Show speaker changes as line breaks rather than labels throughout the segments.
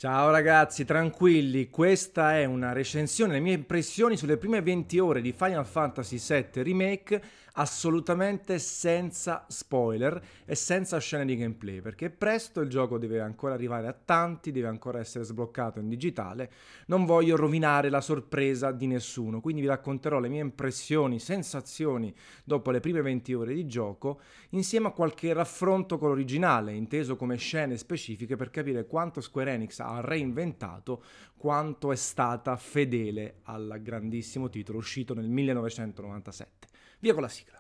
Ciao ragazzi, tranquilli, questa è una recensione, le mie impressioni sulle prime 20 ore di Final Fantasy VII Remake, assolutamente senza spoiler e senza scene di gameplay, perché presto il gioco deve ancora arrivare a tanti, deve ancora essere sbloccato in digitale, non voglio rovinare la sorpresa di nessuno, quindi vi racconterò le mie impressioni, sensazioni dopo le prime 20 ore di gioco, insieme a qualche raffronto con l'originale, inteso come scene specifiche per capire quanto Square Enix ha reinventato, quanto è stata fedele al grandissimo titolo uscito nel 1997. Via con la sigla.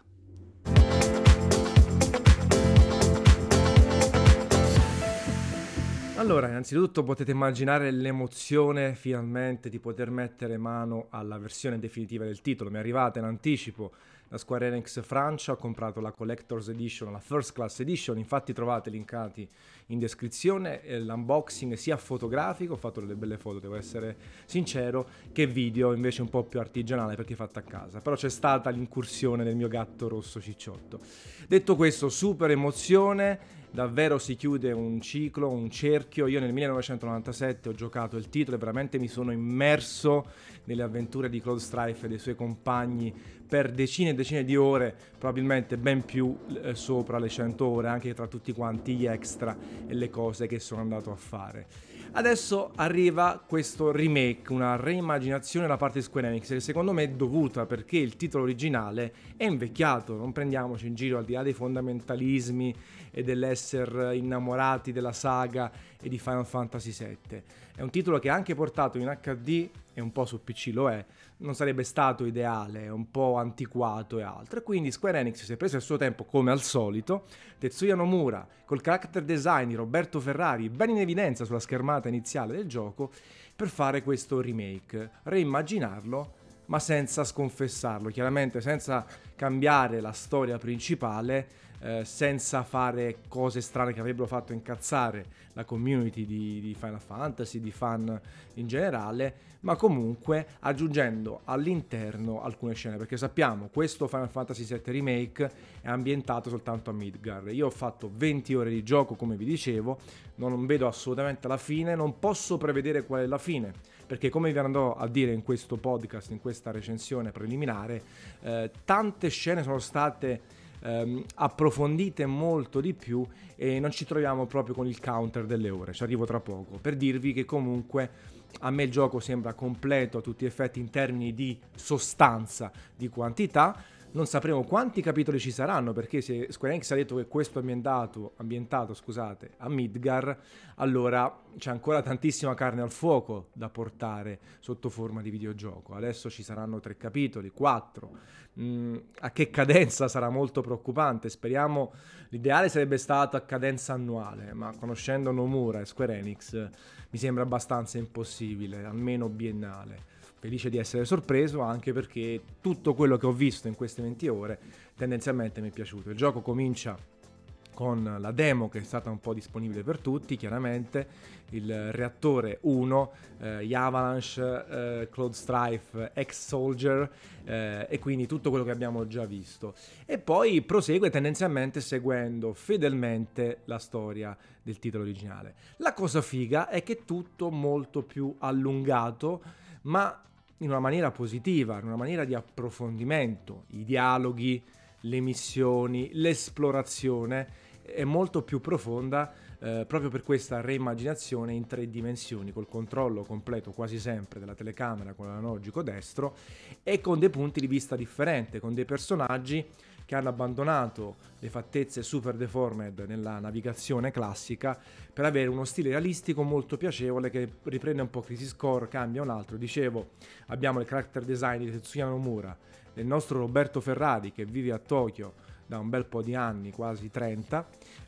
Allora, innanzitutto potete immaginare l'emozione finalmente di poter mettere mano alla versione definitiva del titolo. Mi è arrivata in anticipo da Square Enix Francia, ho comprato la Collector's Edition, la First Class Edition, infatti trovate linkati in descrizione l'unboxing sia fotografico, ho fatto delle belle foto, devo essere sincero, che video invece un po' più artigianale perché fatta a casa, però c'è stata l'incursione del mio gatto rosso cicciotto. Detto questo, super emozione, davvero si chiude un ciclo, un cerchio. Io nel 1997 ho giocato il titolo e veramente mi sono immerso nelle avventure di Cloud Strife e dei suoi compagni per decine e decine di ore, probabilmente ben più sopra le 100 ore, anche tra tutti quanti gli extra e le cose che sono andato a fare. Adesso arriva questo remake, una reimmaginazione da parte di Square Enix che secondo me è dovuta perché il titolo originale è invecchiato, non prendiamoci in giro al di là dei fondamentalismi e dell'essere innamorati della saga e di Final Fantasy VII. È un titolo che anche portato in HD e un po' su PC lo è, non sarebbe stato ideale, è un po' antiquato e altro. E quindi Square Enix si è preso il suo tempo come al solito, Tetsuya Nomura col character design di Roberto Ferrari ben in evidenza sulla schermata iniziale del gioco per fare questo remake, reimmaginarlo ma senza sconfessarlo, chiaramente senza cambiare la storia principale, senza fare cose strane che avrebbero fatto incazzare la community di Final Fantasy, di fan in generale, ma comunque aggiungendo all'interno alcune scene, perché sappiamo questo Final Fantasy VII Remake è ambientato soltanto a Midgar. Io ho fatto 20 ore di gioco, come vi dicevo, non vedo assolutamente la fine, non posso prevedere qual è la fine, perché come vi andrò a dire in questo podcast, in questa recensione preliminare, tante scene sono state approfondite molto di più e non ci troviamo proprio con il counter delle ore, ci arrivo tra poco, per dirvi che comunque a me il gioco sembra completo a tutti gli effetti in termini di sostanza, di quantità. Non sapremo quanti capitoli ci saranno, perché se Square Enix ha detto che questo è ambientato a Midgar, allora c'è ancora tantissima carne al fuoco da portare sotto forma di videogioco. Adesso ci saranno 3 capitoli, 4. A che cadenza sarà molto preoccupante. Speriamo, l'ideale sarebbe stato a cadenza annuale, ma conoscendo Nomura e Square Enix mi sembra abbastanza impossibile, almeno biennale. Felice di essere sorpreso anche perché tutto quello che ho visto in queste 20 ore tendenzialmente mi è piaciuto. Il gioco comincia con la demo che è stata un po' disponibile per tutti, chiaramente, il reattore 1, gli Avalanche, Cloud Strife, Ex-Soldier e quindi tutto quello che abbiamo già visto. E poi prosegue tendenzialmente seguendo fedelmente la storia del titolo originale. La cosa figa è che è tutto molto più allungato, ma in una maniera positiva, in una maniera di approfondimento, i dialoghi, le missioni, l'esplorazione è molto più profonda proprio per questa reimmaginazione in 3 dimensioni, col controllo completo quasi sempre della telecamera con l'analogico destro e con dei punti di vista differenti, con dei personaggi che hanno abbandonato le fattezze super deformed nella navigazione classica per avere uno stile realistico molto piacevole che riprende un po' Crisis Core, cambia un altro. Dicevo, abbiamo il character design di Tetsuya Nomura, del nostro Roberto Ferrari che vive a Tokyo da un bel po' di anni, quasi 30,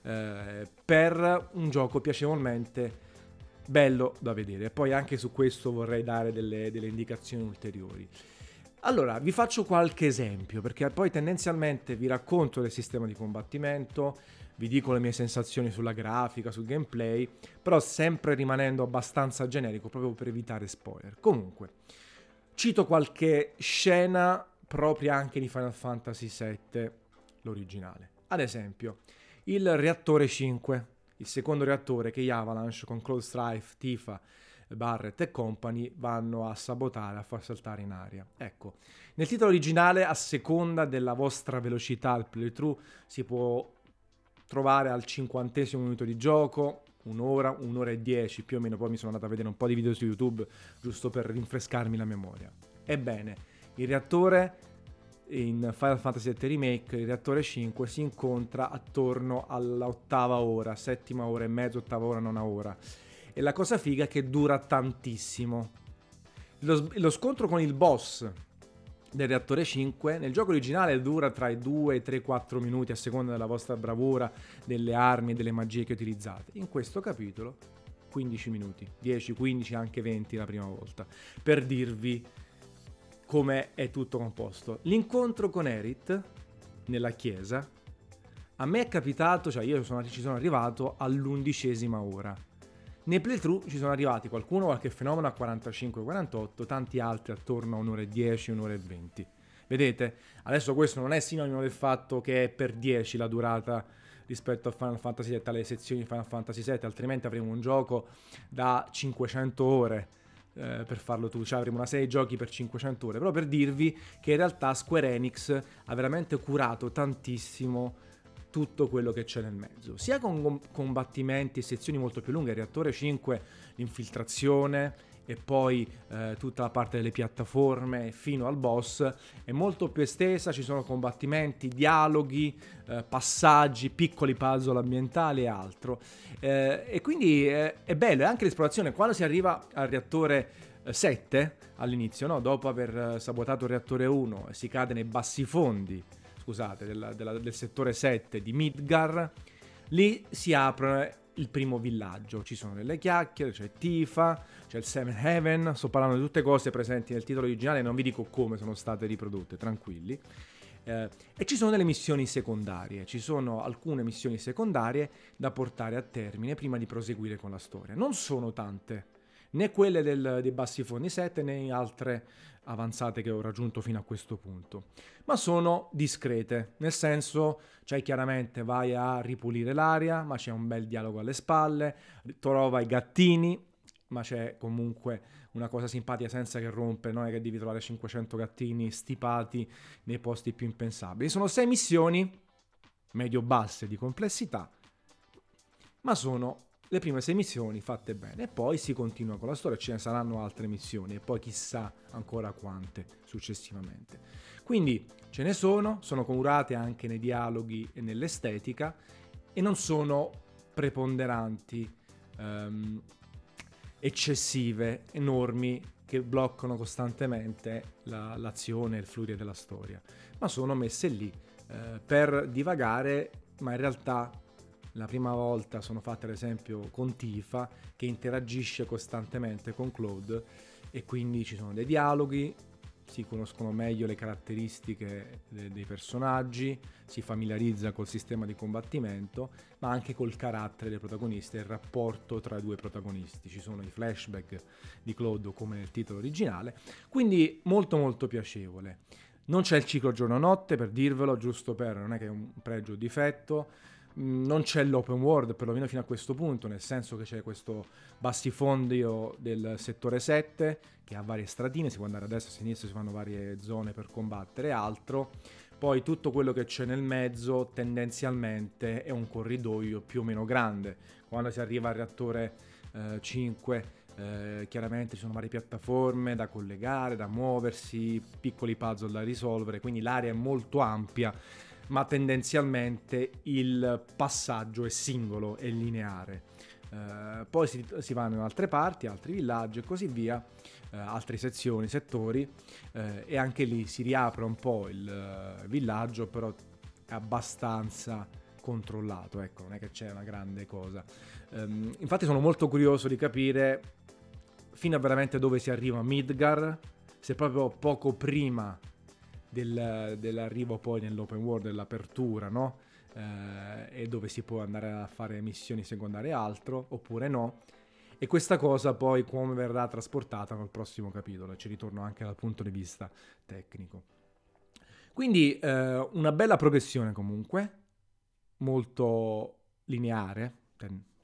per un gioco piacevolmente bello da vedere. Poi anche su questo vorrei dare delle indicazioni ulteriori. Allora, vi faccio qualche esempio, perché poi tendenzialmente vi racconto del sistema di combattimento, vi dico le mie sensazioni sulla grafica, sul gameplay, però sempre rimanendo abbastanza generico proprio per evitare spoiler. Comunque, cito qualche scena propria anche di Final Fantasy VII, l'originale. Ad esempio, il reattore 5, il secondo reattore che gli Avalanche con Cloud Strife, Tifa, Barrett e compagni vanno a sabotare, a far saltare in aria. Ecco, nel titolo originale, a seconda della vostra velocità al playthrough, si può trovare al 50° minuto di gioco, un'ora e 10 più o meno. Poi mi sono andato a vedere un po' di video su YouTube giusto per rinfrescarmi la memoria. Ebbene, il reattore in Final Fantasy VII Remake, il reattore 5, si incontra attorno all'8ª ora, 7ª ora e mezzo, 8ª ora, 9ª ora. E la cosa figa è che dura tantissimo. Lo scontro con il boss del reattore 5 nel gioco originale dura tra i 2 e 3, 4 minuti a seconda della vostra bravura, delle armi e delle magie che utilizzate. In questo capitolo 15 minuti, 10, 15, anche 20 la prima volta, per dirvi come è tutto composto. L'incontro con Aerith nella chiesa, a me è capitato, cioè io ci sono arrivato all'11ª ora. Nei playthrough ci sono arrivati qualche fenomeno a 45-48, tanti altri attorno a 1 ora e 10, 1 ora e 20. Vedete? Adesso questo non è sinonimo del fatto che è per 10 la durata rispetto a Final Fantasy VII, alle sezioni di Final Fantasy VII, altrimenti avremo un gioco da 500 ore per farlo tu, cioè avremo una serie di giochi per 500 ore, però per dirvi che in realtà Square Enix ha veramente curato tantissimo tutto quello che c'è nel mezzo, sia con combattimenti e sezioni molto più lunghe. Il reattore 5, l'infiltrazione e poi tutta la parte delle piattaforme fino al boss è molto più estesa, ci sono combattimenti, dialoghi, passaggi, piccoli puzzle ambientali e altro, e quindi è bello. E anche l'esplorazione, quando si arriva al reattore 7 all'inizio, no? Dopo aver sabotato il reattore 1 e si cade nei bassi fondi, scusate, del settore 7 di Midgar, lì si apre il primo villaggio, ci sono delle chiacchiere, c'è Tifa, c'è il Seven Heaven, sto parlando di tutte cose presenti nel titolo originale, non vi dico come sono state riprodotte, tranquilli. E ci sono delle missioni secondarie, ci sono alcune missioni secondarie da portare a termine prima di proseguire con la storia. Non sono tante, né quelle dei bassi fondi 7 né altre avanzate che ho raggiunto fino a questo punto, ma sono discrete, nel senso, cioè chiaramente vai a ripulire l'aria, ma c'è un bel dialogo alle spalle, trova i gattini, ma c'è comunque una cosa simpatica senza che rompe, non è che devi trovare 500 gattini stipati nei posti più impensabili. Sono 6 missioni medio-basse di complessità, ma sono le prime 6 missioni fatte bene, e poi si continua con la storia, ce ne saranno altre missioni e poi chissà ancora quante successivamente. Quindi ce ne sono curate anche nei dialoghi e nell'estetica e non sono preponderanti, eccessive, enormi, che bloccano costantemente l'azione e il fluire della storia, ma sono messe lì per divagare, ma in realtà la prima volta sono fatte ad esempio con Tifa, che interagisce costantemente con Claude, e quindi ci sono dei dialoghi, si conoscono meglio le caratteristiche dei personaggi, si familiarizza col sistema di combattimento, ma anche col carattere dei protagonisti e il rapporto tra i due protagonisti. Ci sono i flashback di Claude come nel titolo originale, quindi molto molto piacevole. Non c'è il ciclo giorno-notte, per dirvelo, giusto per, non è che è un pregio o difetto. Non c'è l'open world, perlomeno fino a questo punto, nel senso che c'è questo bassifondio del settore 7 che ha varie stradine, si può andare a destra e a sinistra, si fanno varie zone per combattere e altro. Poi tutto quello che c'è nel mezzo tendenzialmente è un corridoio più o meno grande. Quando si arriva al reattore 5 chiaramente ci sono varie piattaforme da collegare, da muoversi, piccoli puzzle da risolvere, quindi l'area è molto ampia, ma tendenzialmente il passaggio è singolo e lineare. Poi si vanno in altre parti, altri villaggi e così via, altre sezioni, settori, e anche lì si riapre un po' il villaggio, però è abbastanza controllato, ecco, non è che c'è una grande cosa. Infatti sono molto curioso di capire fino a veramente dove si arriva a Midgar, se proprio poco prima dell'arrivo poi nell'open world, dell'apertura, no? E dove si può andare a fare missioni secondarie e altro, oppure no. E questa cosa poi come verrà trasportata nel prossimo capitolo, ci ritorno anche dal punto di vista tecnico. Quindi una bella progressione comunque, molto lineare,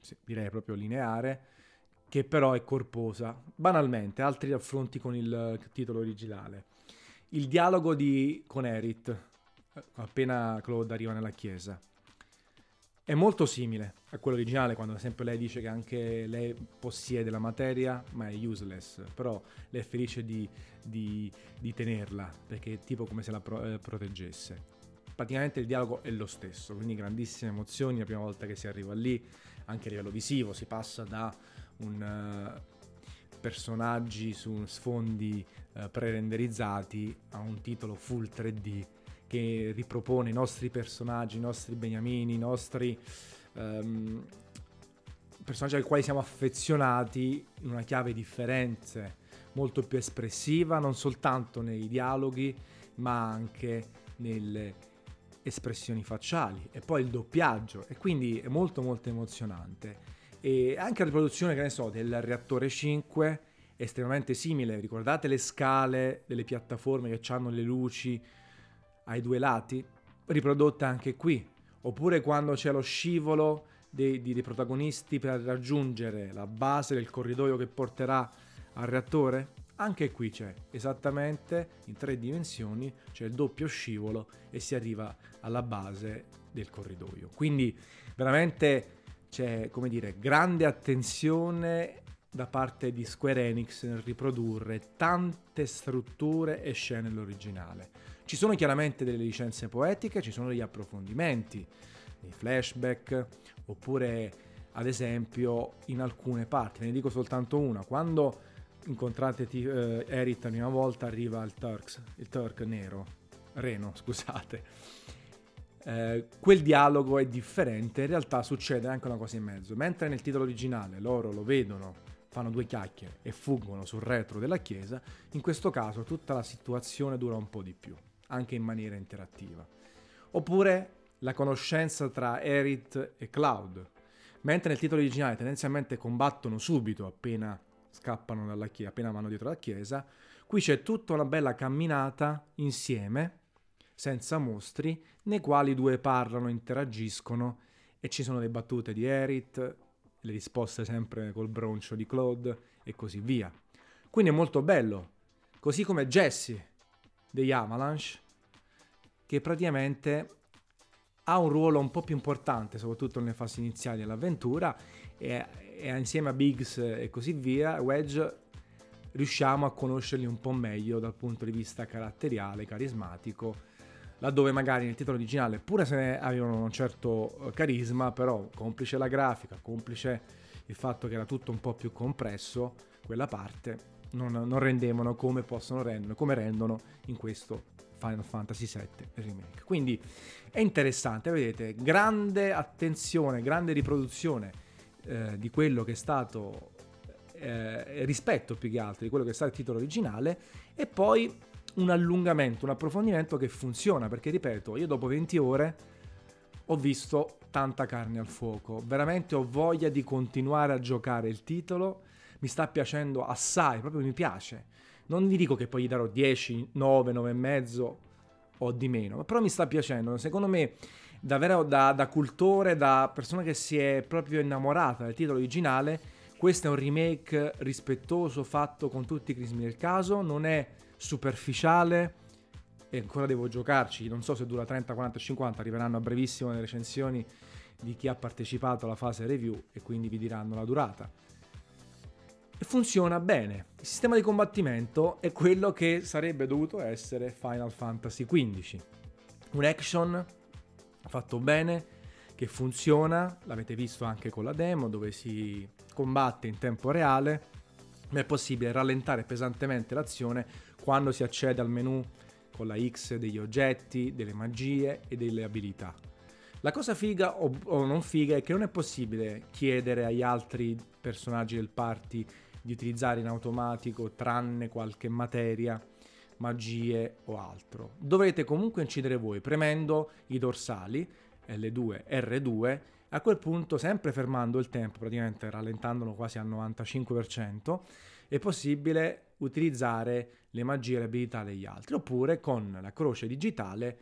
sì, direi proprio lineare, che però è corposa. Banalmente, altri affronti con il titolo originale. Il dialogo con Aerith, appena Claude arriva nella chiesa, è molto simile a quello originale, quando ad esempio lei dice che anche lei possiede la materia, ma è useless, però lei è felice di tenerla, perché è tipo come se la proteggesse. Praticamente il dialogo è lo stesso, quindi grandissime emozioni la prima volta che si arriva lì, anche a livello visivo, si passa da personaggi su sfondi pre-renderizzati a un titolo full 3D che ripropone i nostri personaggi, i nostri beniamini, i nostri personaggi ai quali siamo affezionati in una chiave differente, molto più espressiva, non soltanto nei dialoghi, ma anche nelle espressioni facciali, e poi il doppiaggio, e quindi è molto molto emozionante. E anche la riproduzione, che ne so, del reattore 5 è estremamente simile. Ricordate le scale delle piattaforme che hanno le luci ai due lati? Riprodotte anche qui. Oppure quando c'è lo scivolo dei protagonisti per raggiungere la base del corridoio che porterà al reattore? Anche qui c'è, esattamente in 3 dimensioni, c'è il doppio scivolo e si arriva alla base del corridoio. Quindi veramente c'è, come dire, grande attenzione da parte di Square Enix nel riprodurre tante strutture e scene dell'originale. Ci sono chiaramente delle licenze poetiche, ci sono degli approfondimenti, dei flashback, oppure ad esempio in alcune parti, ve ne dico soltanto una, quando incontrate Aerith la prima volta arriva il Turk nero, Reno, scusate. Quel dialogo è differente, in realtà succede anche una cosa in mezzo. Mentre nel titolo originale loro lo vedono, fanno 2 chiacchiere e fuggono sul retro della chiesa, in questo caso tutta la situazione dura un po' di più, anche in maniera interattiva. Oppure la conoscenza tra Aerith e Cloud. Mentre nel titolo originale tendenzialmente combattono subito appena scappano dalla chiesa, appena vanno dietro la chiesa, qui c'è tutta una bella camminata insieme, senza mostri, nei quali i due parlano, interagiscono, e ci sono le battute di Aerith, le risposte sempre col broncio di Claude e così via. Quindi è molto bello, così come Jessie degli Avalanche, che praticamente ha un ruolo un po' più importante, soprattutto nelle fasi iniziali dell'avventura, e insieme a Biggs e così via, Wedge, riusciamo a conoscerli un po' meglio dal punto di vista caratteriale, carismatico, laddove magari nel titolo originale, pure se avevano un certo carisma, però complice la grafica, complice il fatto che era tutto un po' più compresso, quella parte non rendevano come possono rendere, come rendono in questo Final Fantasy VII Remake. Quindi è interessante, vedete, grande attenzione, grande riproduzione di quello che è stato rispetto più che altro di quello che è stato il titolo originale, e poi un allungamento, un approfondimento che funziona, perché ripeto, io dopo 20 ore ho visto tanta carne al fuoco, veramente ho voglia di continuare a giocare il titolo, mi sta piacendo assai, proprio mi piace. Non vi dico che poi gli darò 10, 9, 9,5 o di meno, però mi sta piacendo. Secondo me, davvero da cultore, da persona che si è proprio innamorata del titolo originale, questo è un remake rispettoso, fatto con tutti i crismi del caso, non è superficiale, e ancora devo giocarci, non so se dura 30, 40, 50, arriveranno a brevissimo le recensioni di chi ha partecipato alla fase review e quindi vi diranno la durata. E funziona bene. Il sistema di combattimento è quello che sarebbe dovuto essere Final Fantasy XV. Un action fatto bene, che funziona, l'avete visto anche con la demo, dove si combatte in tempo reale, ma è possibile rallentare pesantemente l'azione quando si accede al menu con la X degli oggetti, delle magie e delle abilità. La cosa figa o non figa è che non è possibile chiedere agli altri personaggi del party di utilizzare in automatico, tranne qualche materia, magie o altro. Dovrete comunque incidere voi premendo i dorsali L2, R2, a quel punto sempre fermando il tempo, praticamente rallentandolo quasi al 95%, è possibile utilizzare le magie e le abilità degli altri, oppure con la croce digitale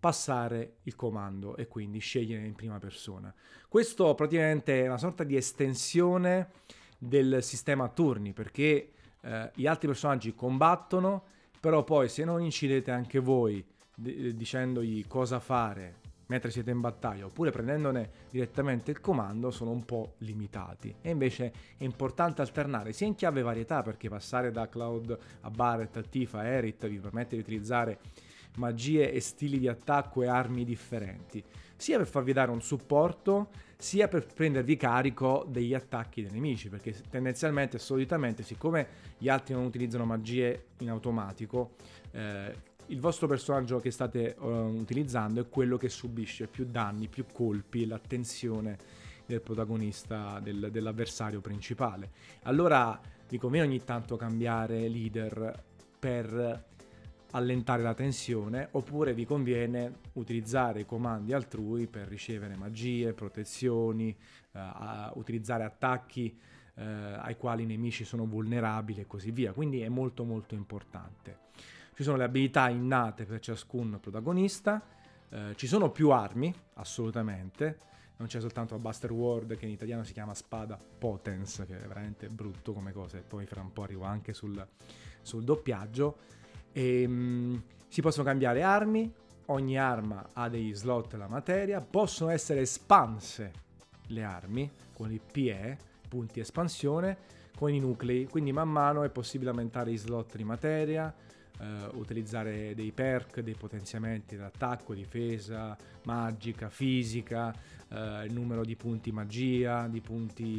passare il comando e quindi scegliere in prima persona. Questo praticamente è una sorta di estensione del sistema a turni, perché gli altri personaggi combattono, però poi se non incidete anche voi dicendogli cosa fare mentre siete in battaglia, oppure prendendone direttamente il comando, sono un po' limitati. E invece è importante alternare sia in chiave varietà, perché passare da Cloud a Barret, a Tifa, a Aerith vi permette di utilizzare magie e stili di attacco e armi differenti, sia per farvi dare un supporto, sia per prendervi carico degli attacchi dei nemici, perché tendenzialmente, solitamente, siccome gli altri non utilizzano magie in automatico, il vostro personaggio che state utilizzando è quello che subisce più danni, più colpi, l'attenzione del protagonista, dell'avversario principale. Allora vi conviene ogni tanto cambiare leader per allentare la tensione, oppure vi conviene utilizzare i comandi altrui per ricevere magie, protezioni, utilizzare attacchi ai quali i nemici sono vulnerabili e così via. Quindi è molto molto importante. Ci sono le abilità innate per ciascun protagonista, ci sono più armi, assolutamente, non c'è soltanto la Buster Ward, che in italiano si chiama Spada Potence, che è veramente brutto come cosa, e poi fra un po' arrivo anche sul doppiaggio. Si possono cambiare armi, ogni arma ha degli slot alla materia, possono essere espanse le armi con il PE, punti espansione, con i nuclei, quindi man mano è possibile aumentare gli slot di materia, utilizzare dei perk, dei potenziamenti d'attacco, difesa, magica, fisica, il numero di punti magia, di punti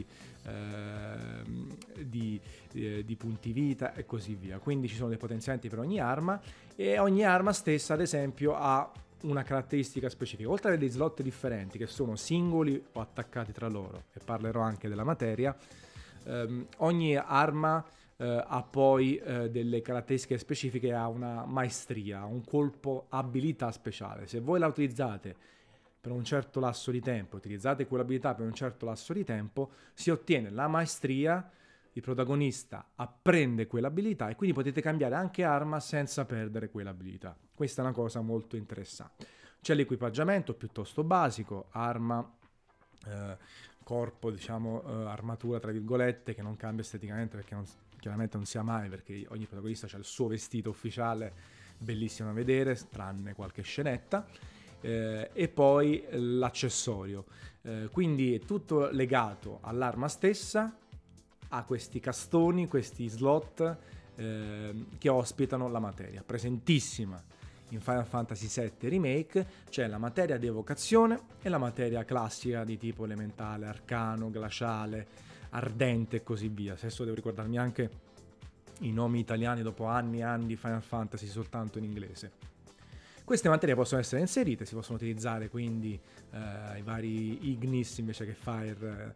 di punti vita e così via. Quindi ci sono dei potenziamenti per ogni arma, e ogni arma stessa, ad esempio, ha una caratteristica specifica. Oltre ad avere dei slot differenti che sono singoli o attaccati tra loro, e parlerò anche della materia, ogni arma ha poi delle caratteristiche specifiche, ha una maestria, un colpo abilità speciale. Se voi la utilizzate per un certo lasso di tempo, utilizzate quell'abilità per un certo lasso di tempo, si ottiene la maestria, il protagonista apprende quell'abilità e quindi potete cambiare anche arma senza perdere quell'abilità. Questa è una cosa molto interessante. C'è l'equipaggiamento piuttosto basico, arma, corpo, diciamo, armatura tra virgolette, che non cambia esteticamente perché chiaramente non si ha mai, perché ogni protagonista ha il suo vestito ufficiale bellissimo da vedere, tranne qualche scenetta, e poi l'accessorio, quindi è tutto legato all'arma stessa, a questi castoni, questi slot che ospitano la materia, presentissima in Final Fantasy VII Remake. C'è la materia di evocazione e la materia classica di tipo elementale, arcano, glaciale, ardente e così via. Adesso devo ricordarmi anche i nomi italiani dopo anni e anni di Final Fantasy soltanto in inglese. Queste materie possono essere inserite, si possono utilizzare quindi i vari Ignis invece che Fire,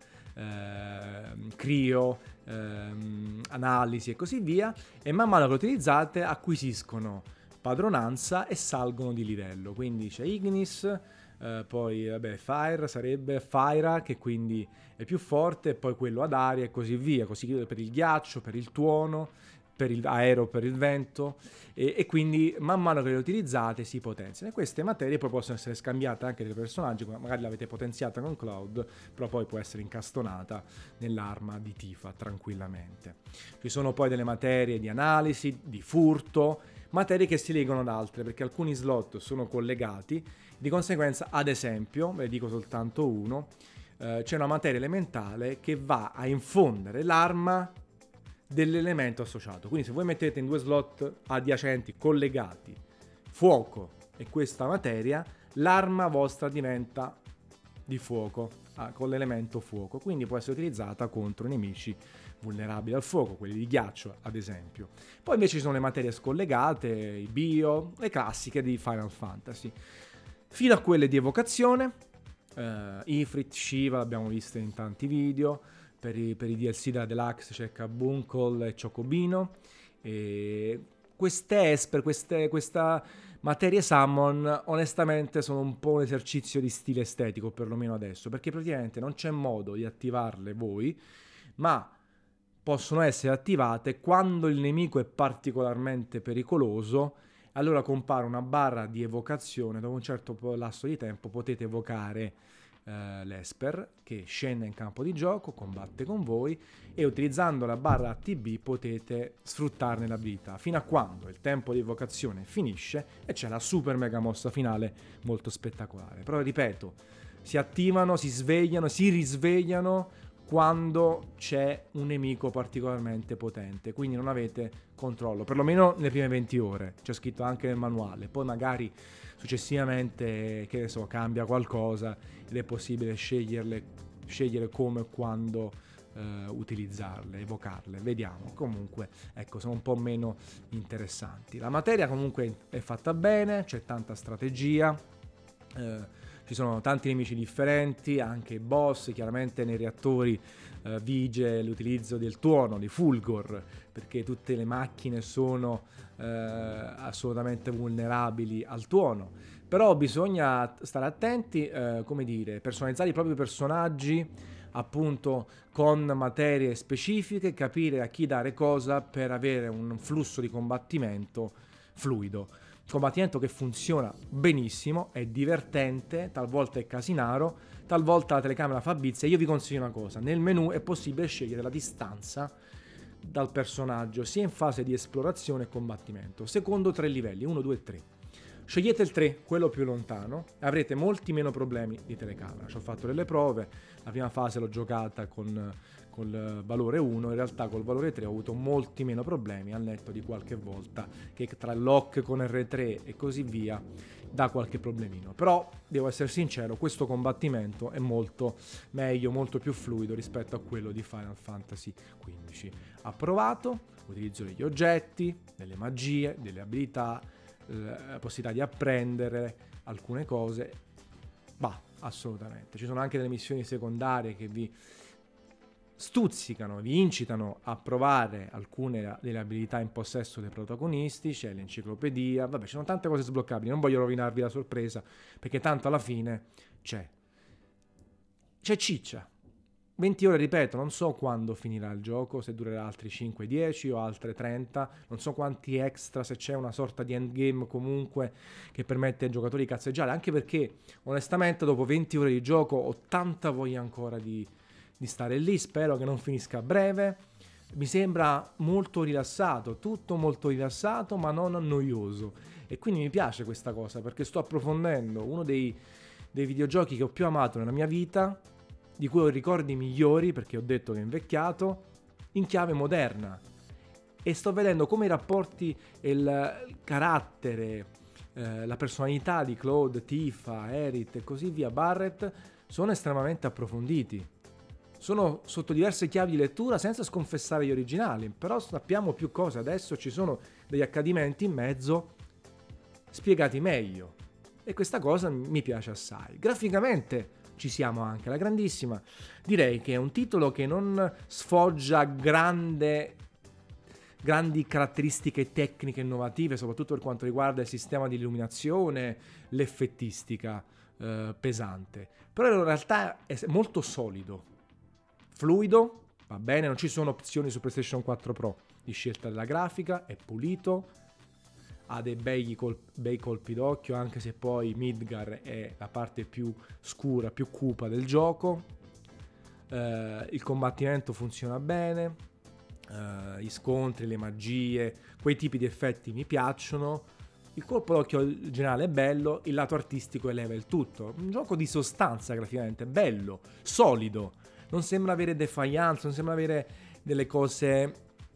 Cryo, Analisi e così via, e man mano che lo utilizzate acquisiscono padronanza e salgono di livello. Quindi c'è Ignis, poi Fire sarebbe Fyra, che quindi è più forte, e poi quello ad aria e così via, così per il ghiaccio, per il tuono, per il aereo, per il vento, e quindi man mano che le utilizzate si potenziano. E queste materie poi possono essere scambiate anche dai personaggi, magari l'avete potenziata con Cloud, però poi può essere incastonata nell'arma di Tifa tranquillamente. Ci sono poi delle materie di analisi, di furto, materie che si legano ad altre, perché alcuni slot sono collegati, di conseguenza, ad esempio, ve ne dico soltanto uno, c'è una materia elementale che va a infondere l'arma dell'elemento associato. Quindi se voi mettete in due slot adiacenti collegati fuoco e questa materia, l'arma vostra diventa di fuoco, con l'elemento fuoco, quindi può essere utilizzata contro nemici vulnerabili al fuoco, quelli di ghiaccio ad esempio. Poi invece ci sono le materie scollegate, i bio, le classiche di Final Fantasy, fino a quelle di evocazione, Ifrit, Shiva, l'abbiamo viste in tanti video. Per i DLC della Deluxe c'è Carbuncle e Chocobino, e questa materie summon onestamente sono un po' un esercizio di stile estetico, perlomeno adesso, perché praticamente non c'è modo di attivarle voi, ma possono essere attivate quando il nemico è particolarmente pericoloso allora compare una barra di evocazione. Dopo un certo lasso di tempo potete evocare l'Esper, che scende in campo di gioco, combatte con voi, e utilizzando la barra ATB potete sfruttarne l'abilità fino a quando il tempo di evocazione finisce e c'è la super mega mossa finale molto spettacolare. Però ripeto, si attivano, si svegliano, si risvegliano quando c'è un nemico particolarmente potente, quindi non avete controllo, perlomeno nelle prime 20 ore, c'è scritto anche nel manuale. Poi magari successivamente, che ne so, cambia qualcosa ed è possibile scegliere come e quando utilizzarle, evocarle, vediamo. Comunque, ecco, sono un po' meno interessanti. La materia comunque è fatta bene, c'è tanta strategia, ci sono tanti nemici differenti, anche i boss. Chiaramente nei reattori vige l'utilizzo del tuono, di Fulgor, perché tutte le macchine sono assolutamente vulnerabili al tuono. Però bisogna stare attenti, come dire, personalizzare i propri personaggi appunto con materie specifiche, capire a chi dare cosa per avere un flusso di combattimento fluido. Combattimento che funziona benissimo, è divertente, talvolta è casinaro, talvolta la telecamera fa bizze. Io vi consiglio una cosa: nel menu è possibile scegliere la distanza dal personaggio sia in fase di esplorazione e combattimento, secondo 3 livelli, 1, 2 e 3. Scegliete il 3, quello più lontano, e avrete molti meno problemi di telecamera. Ci ho fatto delle prove, la prima fase l'ho giocata col valore 1, in realtà col valore 3 ho avuto molti meno problemi, al netto di qualche volta che tra lock con R3 e così via dà qualche problemino. Però devo essere sincero, questo combattimento è molto meglio, molto più fluido rispetto a quello di Final Fantasy XV. Approvato, utilizzo degli oggetti, delle magie, delle abilità, la possibilità di apprendere alcune cose, assolutamente. Ci sono anche delle missioni secondarie che vi stuzzicano, vi incitano a provare alcune delle abilità in possesso dei protagonisti. C'è l'enciclopedia, ci sono tante cose sbloccabili, non voglio rovinarvi la sorpresa, perché tanto alla fine c'è ciccia. 20 ore, ripeto, non so quando finirà il gioco, se durerà altri 5, 10 o altre 30, non so quanti extra, se c'è una sorta di endgame comunque che permette ai giocatori di cazzeggiare, anche perché onestamente dopo 20 ore di gioco ho tanta voglia ancora di stare lì. Spero che non finisca a breve. Mi sembra molto rilassato, tutto molto rilassato ma non noioso, e quindi mi piace questa cosa, perché sto approfondendo uno dei videogiochi che ho più amato nella mia vita, di cui ho ricordi migliori perché ho detto che è invecchiato, in chiave moderna, e sto vedendo come i rapporti e il carattere, la personalità di Claude, Tifa, Aerith e così via, Barret, sono estremamente approfonditi. Sono sotto diverse chiavi di lettura senza sconfessare gli originali, però sappiamo più cose. Adesso ci sono degli accadimenti in mezzo spiegati meglio, e questa cosa mi piace assai. Graficamente ci siamo anche alla grandissima. Direi che è un titolo che non sfoggia grandi caratteristiche tecniche innovative, soprattutto per quanto riguarda il sistema di illuminazione, l'effettistica pesante, però in realtà è molto solido, fluido, va bene, non ci sono opzioni su PlayStation 4 Pro di scelta della grafica, è pulito, ha dei bei colpi d'occhio, anche se poi Midgar è la parte più scura, più cupa del gioco. Il combattimento funziona bene, gli scontri, le magie, quei tipi di effetti mi piacciono. Il colpo d'occhio generale è bello, il lato artistico eleva il tutto. Un gioco di sostanza graficamente, bello, solido, non sembra avere defiance, non sembra avere delle cose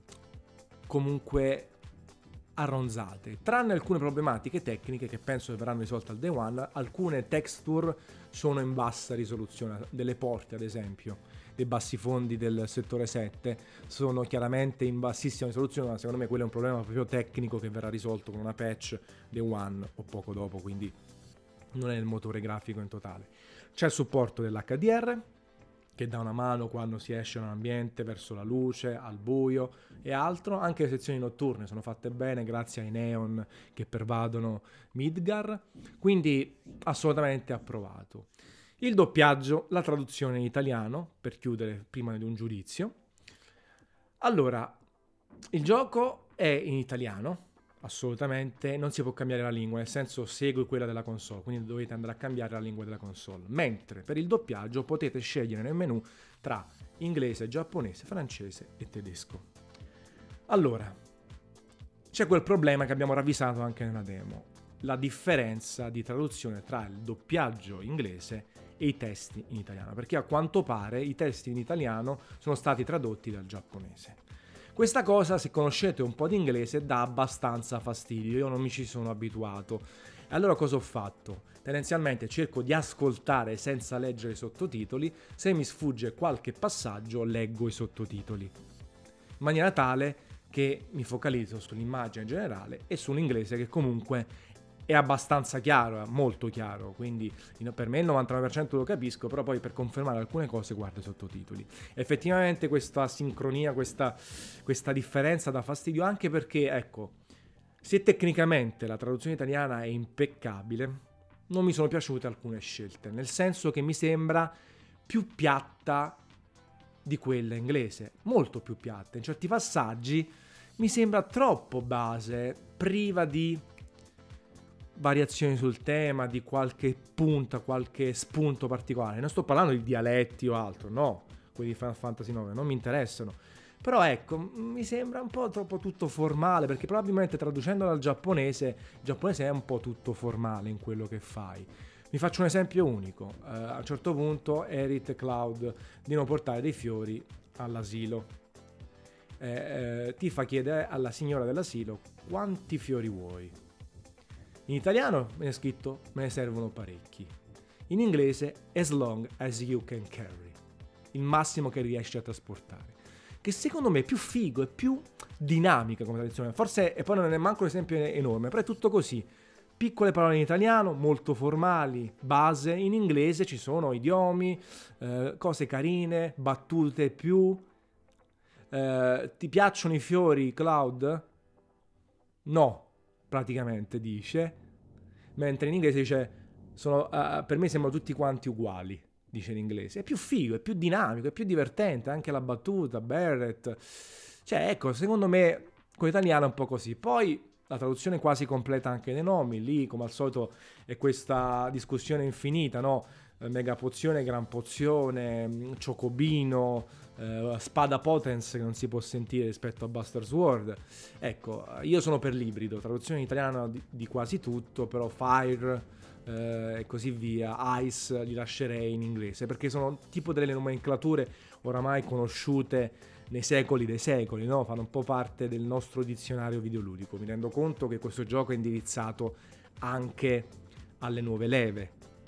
comunque arronzate, tranne alcune problematiche tecniche che penso che verranno risolte al day one. Alcune texture sono in bassa risoluzione, delle porte ad esempio, dei bassi fondi del settore 7 sono chiaramente in bassissima risoluzione, ma secondo me quello è un problema proprio tecnico che verrà risolto con una patch day one o poco dopo, quindi non è il motore grafico in totale. C'è il supporto dell'HDR che dà una mano quando si esce da un ambiente verso la luce, al buio e altro. Anche le sezioni notturne sono fatte bene grazie ai neon che pervadono Midgar, quindi assolutamente approvato. Il doppiaggio, la traduzione in italiano, per chiudere prima di un giudizio. Allora, il gioco è in italiano, assolutamente non si può cambiare la lingua, nel senso segui quella della console, quindi dovete andare a cambiare la lingua della console. Mentre per il doppiaggio potete scegliere nel menu tra inglese, giapponese, francese e tedesco. Allora, c'è quel problema che abbiamo ravvisato anche nella demo, la differenza di traduzione tra il doppiaggio inglese e i testi in italiano, perché a quanto pare i testi in italiano sono stati tradotti dal giapponese. Questa cosa, se conoscete un po' di inglese, dà abbastanza fastidio, io non mi ci sono abituato. E allora cosa ho fatto? Tendenzialmente cerco di ascoltare senza leggere i sottotitoli, se mi sfugge qualche passaggio leggo i sottotitoli, in maniera tale che mi focalizzo sull'immagine generale e sull'inglese che comunque è abbastanza chiaro, è molto chiaro, quindi per me il 99% lo capisco, però poi per confermare alcune cose guardo i sottotitoli. Effettivamente questa sincronia, questa differenza dà fastidio, anche perché, ecco, se tecnicamente la traduzione italiana è impeccabile, non mi sono piaciute alcune scelte, nel senso che mi sembra più piatta di quella inglese, molto più piatta. In certi passaggi mi sembra troppo base, priva di variazioni sul tema, di qualche punta, qualche spunto particolare. Non sto parlando di dialetti o altro, no, quelli di Final Fantasy IX non mi interessano. Però ecco, mi sembra un po' troppo tutto formale, perché probabilmente traducendo dal giapponese, il giapponese è un po' tutto formale in quello che fai. Vi faccio un esempio unico. A un certo punto Aerith e Cloud devono portare dei fiori all'asilo. Tifa chiede alla signora dell'asilo quanti fiori vuoi. In italiano me ne è scritto me ne servono parecchi. In inglese as long as you can carry, il massimo che riesci a trasportare, che secondo me è più figo e più dinamica come traduzione. Forse, e poi non è manco un esempio enorme, però è tutto così. Piccole parole in italiano, molto formali, base. In inglese ci sono idiomi, cose carine, battute più. Ti piacciono i fiori, Cloud? No, praticamente dice. Mentre in inglese dice per me sembrano tutti quanti uguali, dice in inglese. È più figo, è più dinamico, è più divertente, anche la battuta, Barrett. Cioè, ecco, secondo me con l'italiano è un po' così. Poi la traduzione quasi completa anche dei nomi, lì come al solito è questa discussione infinita, no? Mega pozione, gran pozione, ciocobino, spada potence che non si può sentire rispetto a Buster Sword. Ecco, io sono per l'ibrido, traduzione in italiano di quasi tutto, però Fire e così via, Ice li lascerei in inglese, perché sono tipo delle nomenclature oramai conosciute nei secoli dei secoli, no? Fanno un po' parte del nostro dizionario videoludico. Mi rendo conto che questo gioco è indirizzato anche alle nuove leve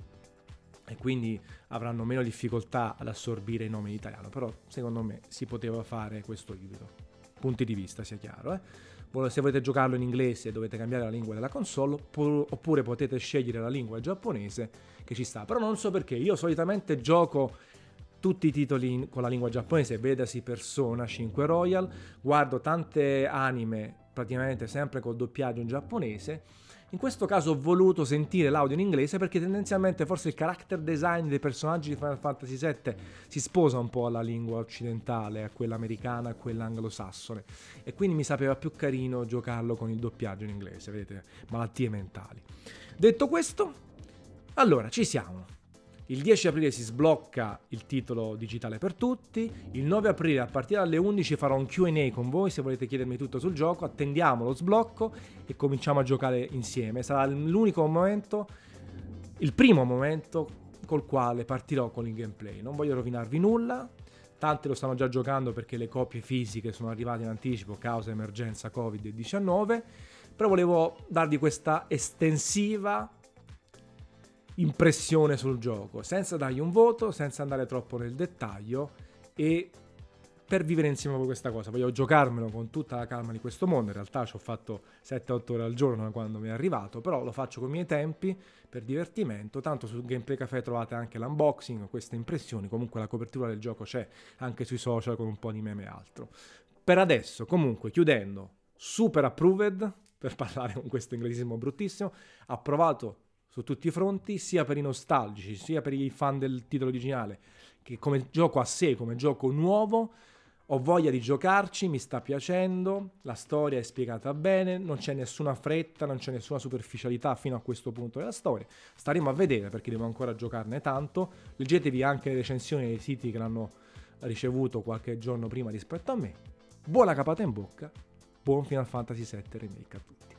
e quindi avranno meno difficoltà ad assorbire i nomi in italiano, però secondo me si poteva fare questo ibrido. Punti di vista, sia chiaro, Se volete giocarlo in inglese dovete cambiare la lingua della console, oppure potete scegliere la lingua giapponese, che ci sta. Però non so perché, io solitamente gioco tutti i titoli con la lingua giapponese, vedasi Persona 5 Royal, guardo tante anime praticamente sempre col doppiaggio in giapponese. In questo caso ho voluto sentire l'audio in inglese perché tendenzialmente forse il character design dei personaggi di Final Fantasy VII si sposa un po' alla lingua occidentale, a quella americana, a quella anglosassone, e quindi mi sapeva più carino giocarlo con il doppiaggio in inglese, vedete, malattie mentali. Detto questo, allora ci siamo. Il 10 aprile si sblocca il titolo digitale per tutti, il 9 aprile a partire dalle 11 farò un Q&A con voi se volete chiedermi tutto sul gioco, attendiamo lo sblocco e cominciamo a giocare insieme. Sarà l'unico momento, il primo momento col quale partirò con il gameplay. Non voglio rovinarvi nulla, tanti lo stanno già giocando perché le copie fisiche sono arrivate in anticipo causa emergenza Covid-19, però volevo darvi questa estensiva impressione sul gioco, senza dargli un voto, senza andare troppo nel dettaglio, e per vivere insieme con questa cosa voglio giocarmelo con tutta la calma di questo mondo. In realtà ci ho fatto 7-8 ore al giorno da quando mi è arrivato, però lo faccio con i miei tempi per divertimento. Tanto sul Gameplay Café trovate anche l'unboxing, queste impressioni, comunque la copertura del gioco c'è anche sui social con un po' di meme e altro. Per adesso, comunque, chiudendo, super approved, per parlare con questo inglesismo bruttissimo, approvato su tutti i fronti, sia per i nostalgici, sia per i fan del titolo originale, che come gioco a sé, come gioco nuovo, Ho voglia di giocarci, mi sta piacendo, la storia è spiegata bene, non c'è nessuna fretta, non c'è nessuna superficialità fino a questo punto della storia. Staremo a vedere perché devo ancora giocarne tanto. Leggetevi anche le recensioni dei siti che l'hanno ricevuto qualche giorno prima rispetto a me. Buona capata in bocca, buon Final Fantasy VII Remake a tutti.